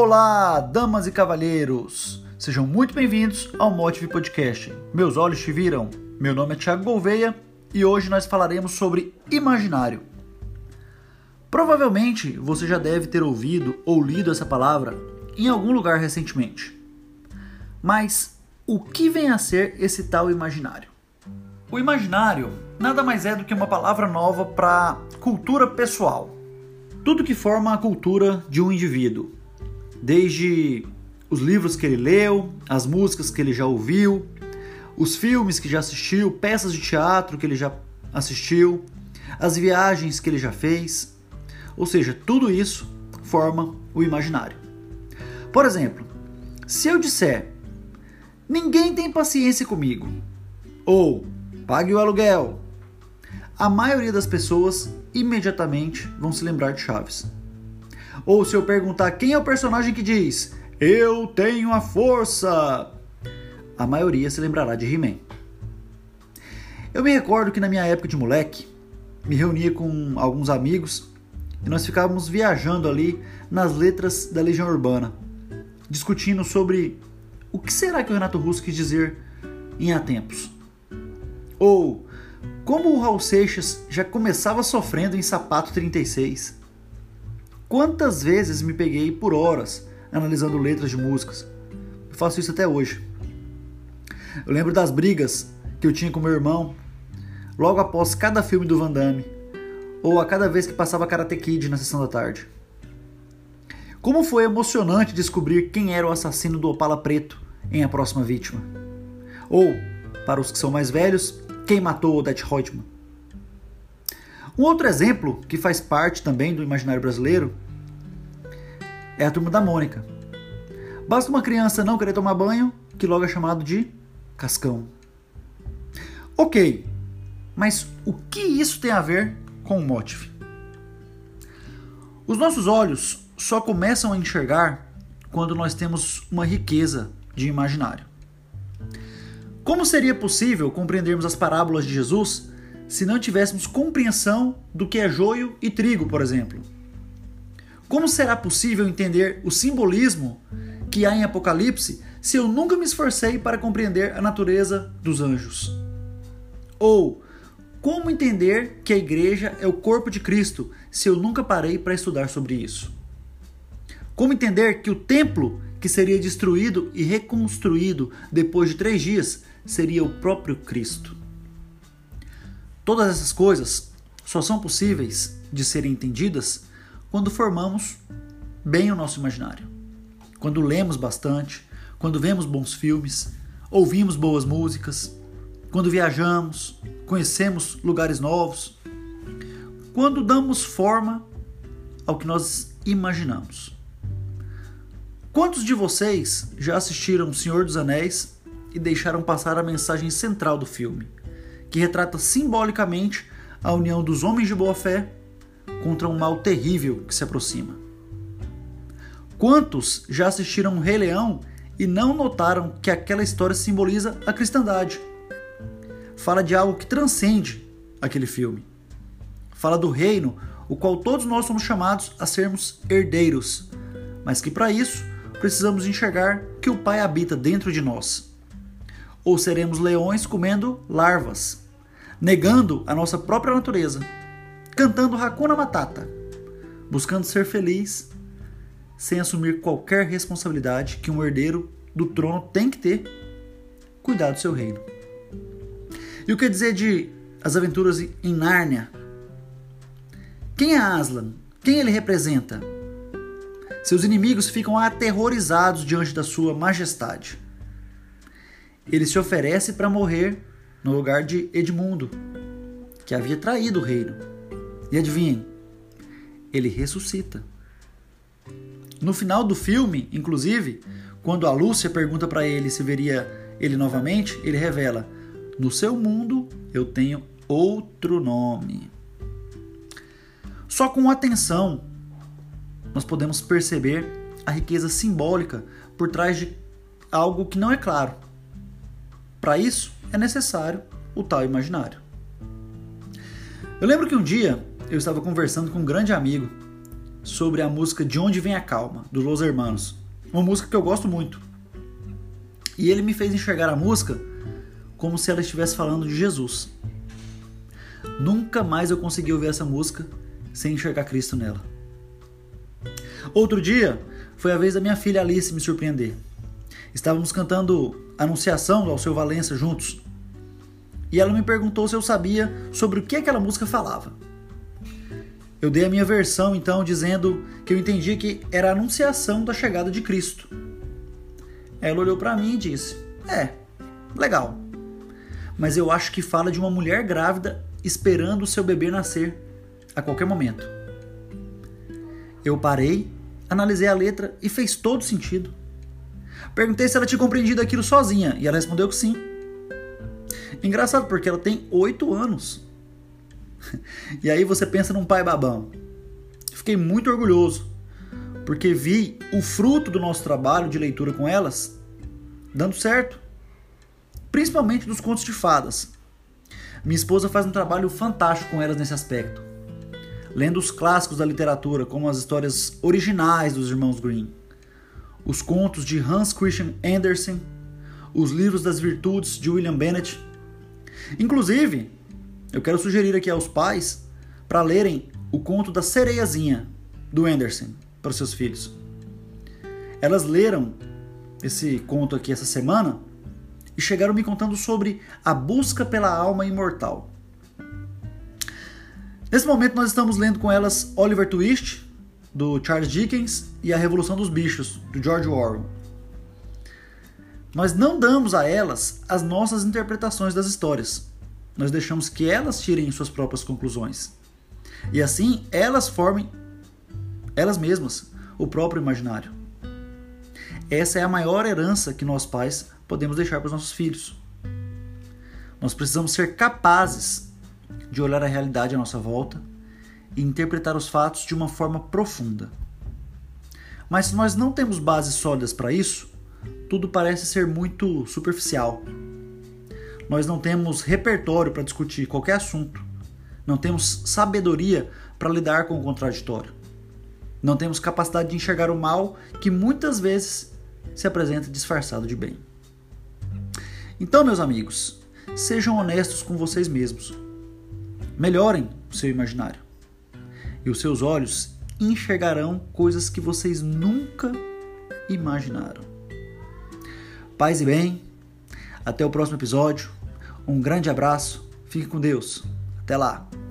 Olá, damas e cavalheiros! Sejam muito bem-vindos ao Motive Podcast. Meus olhos te viram. Meu nome é Thiago Gouveia e hoje nós falaremos sobre imaginário. Provavelmente você já deve ter ouvido ou lido essa palavra em algum lugar recentemente. Mas o que vem a ser esse tal imaginário? O imaginário nada mais é do que uma palavra nova para cultura pessoal. Tudo que forma a cultura de um indivíduo. Desde os livros que ele leu, as músicas que ele já ouviu, os filmes que já assistiu, peças de teatro que ele já assistiu, as viagens que ele já fez. Ou seja, tudo isso forma o imaginário. Por exemplo, se eu disser, ninguém tem paciência comigo, ou pague o aluguel, a maioria das pessoas imediatamente vão se lembrar de Chaves. Ou se eu perguntar quem é o personagem que diz, eu tenho a força, a maioria se lembrará de He-Man. Eu me recordo que na minha época de moleque, me reunia com alguns amigos e nós ficávamos viajando ali nas letras da Legião Urbana, discutindo sobre o que será que o Renato Russo quis dizer em Há Tempos. Ou como o Raul Seixas já começava sofrendo em Sapato 36. Quantas vezes me peguei por horas analisando letras de músicas. Eu faço isso até hoje. Eu lembro das brigas que eu tinha com meu irmão logo após cada filme do Van Damme, ou a cada vez que passava Karate Kid na sessão da tarde. Como foi emocionante descobrir quem era o assassino do Opala Preto em A Próxima Vítima. Ou, para os que são mais velhos, quem matou Odete Roitman. Um outro exemplo que faz parte também do imaginário brasileiro é a Turma da Mônica. Basta uma criança não querer tomar banho que logo é chamado de Cascão. Ok, mas o que isso tem a ver com o Motive? Os nossos olhos só começam a enxergar quando nós temos uma riqueza de imaginário. Como seria possível compreendermos as parábolas de Jesus se não tivéssemos compreensão do que é joio e trigo, por exemplo? Como será possível entender o simbolismo que há em Apocalipse se eu nunca me esforcei para compreender a natureza dos anjos? Ou como entender que a igreja é o corpo de Cristo se eu nunca parei para estudar sobre isso? Como entender que o templo que seria destruído e reconstruído depois de 3 dias seria o próprio Cristo? Todas essas coisas só são possíveis de serem entendidas quando formamos bem o nosso imaginário. Quando lemos bastante, quando vemos bons filmes, ouvimos boas músicas, quando viajamos, conhecemos lugares novos, quando damos forma ao que nós imaginamos. Quantos de vocês já assistiram O Senhor dos Anéis e deixaram passar a mensagem central do filme, que retrata simbolicamente a união dos homens de boa fé contra um mal terrível que se aproxima? Quantos já assistiram O Rei Leão e não notaram que aquela história simboliza a cristandade? Fala de algo que transcende aquele filme. Fala do reino, o qual todos nós somos chamados a sermos herdeiros, mas que para isso precisamos enxergar que o Pai habita dentro de nós. Ou seremos leões comendo larvas, negando a nossa própria natureza, cantando Hakuna Matata, buscando ser feliz, sem assumir qualquer responsabilidade que um herdeiro do trono tem que ter, cuidar do seu reino. E o que dizer de As Aventuras em Nárnia? Quem é Aslan? Quem ele representa? Seus inimigos ficam aterrorizados diante da sua majestade. Ele se oferece para morrer no lugar de Edmundo, que havia traído o reino. E adivinhem, ele ressuscita. No final do filme, inclusive, quando a Lúcia pergunta para ele se veria ele novamente, ele revela, no seu mundo eu tenho outro nome. Só com atenção nós podemos perceber a riqueza simbólica por trás de algo que não é claro. Para isso é necessário o tal imaginário. Eu lembro que um dia eu estava conversando com um grande amigo sobre a música De Onde Vem a Calma, dos Los Hermanos. Uma música que eu gosto muito. E ele me fez enxergar a música como se ela estivesse falando de Jesus. Nunca mais eu consegui ouvir essa música sem enxergar Cristo nela. Outro dia, foi a vez da minha filha Alice me surpreender. Estávamos cantando Anunciação do Alceu Valença juntos. E ela me perguntou se eu sabia sobre o que aquela música falava. Eu dei a minha versão, então, dizendo que eu entendia que era a anunciação da chegada de Cristo. Ela olhou para mim e disse: legal. Mas eu acho que fala de uma mulher grávida esperando o seu bebê nascer a qualquer momento. Eu parei, analisei a letra e fez todo sentido. Perguntei se ela tinha compreendido aquilo sozinha e ela respondeu que sim. Engraçado porque ela tem 8 anos. E aí você pensa num pai babão. Fiquei muito orgulhoso, porque vi o fruto do nosso trabalho de leitura com elas dando certo. Principalmente dos contos de fadas. Minha esposa faz um trabalho fantástico com elas nesse aspecto. Lendo os clássicos da literatura, como as histórias originais dos irmãos Grimm, os contos de Hans Christian Andersen, os livros das virtudes de William Bennett. Inclusive, eu quero sugerir aqui aos pais para lerem o conto da Sereiazinha, do Andersen, para os seus filhos. Elas leram esse conto aqui essa semana e chegaram me contando sobre a busca pela alma imortal. Nesse momento nós estamos lendo com elas Oliver Twist, do Charles Dickens, e A Revolução dos Bichos, do George Orwell. Nós não damos a elas as nossas interpretações das histórias. Nós deixamos que elas tirem suas próprias conclusões. E assim elas formem, elas mesmas, o próprio imaginário. Essa é a maior herança que nós pais podemos deixar para os nossos filhos. Nós precisamos ser capazes de olhar a realidade à nossa volta e interpretar os fatos de uma forma profunda. Mas se nós não temos bases sólidas para isso, tudo parece ser muito superficial. Nós não temos repertório para discutir qualquer assunto. Não temos sabedoria para lidar com o contraditório. Não temos capacidade de enxergar o mal que muitas vezes se apresenta disfarçado de bem. Então, meus amigos, sejam honestos com vocês mesmos. Melhorem o seu imaginário. E os seus olhos enxergarão coisas que vocês nunca imaginaram. Paz e bem. Até o próximo episódio. Um grande abraço. Fique com Deus. Até lá.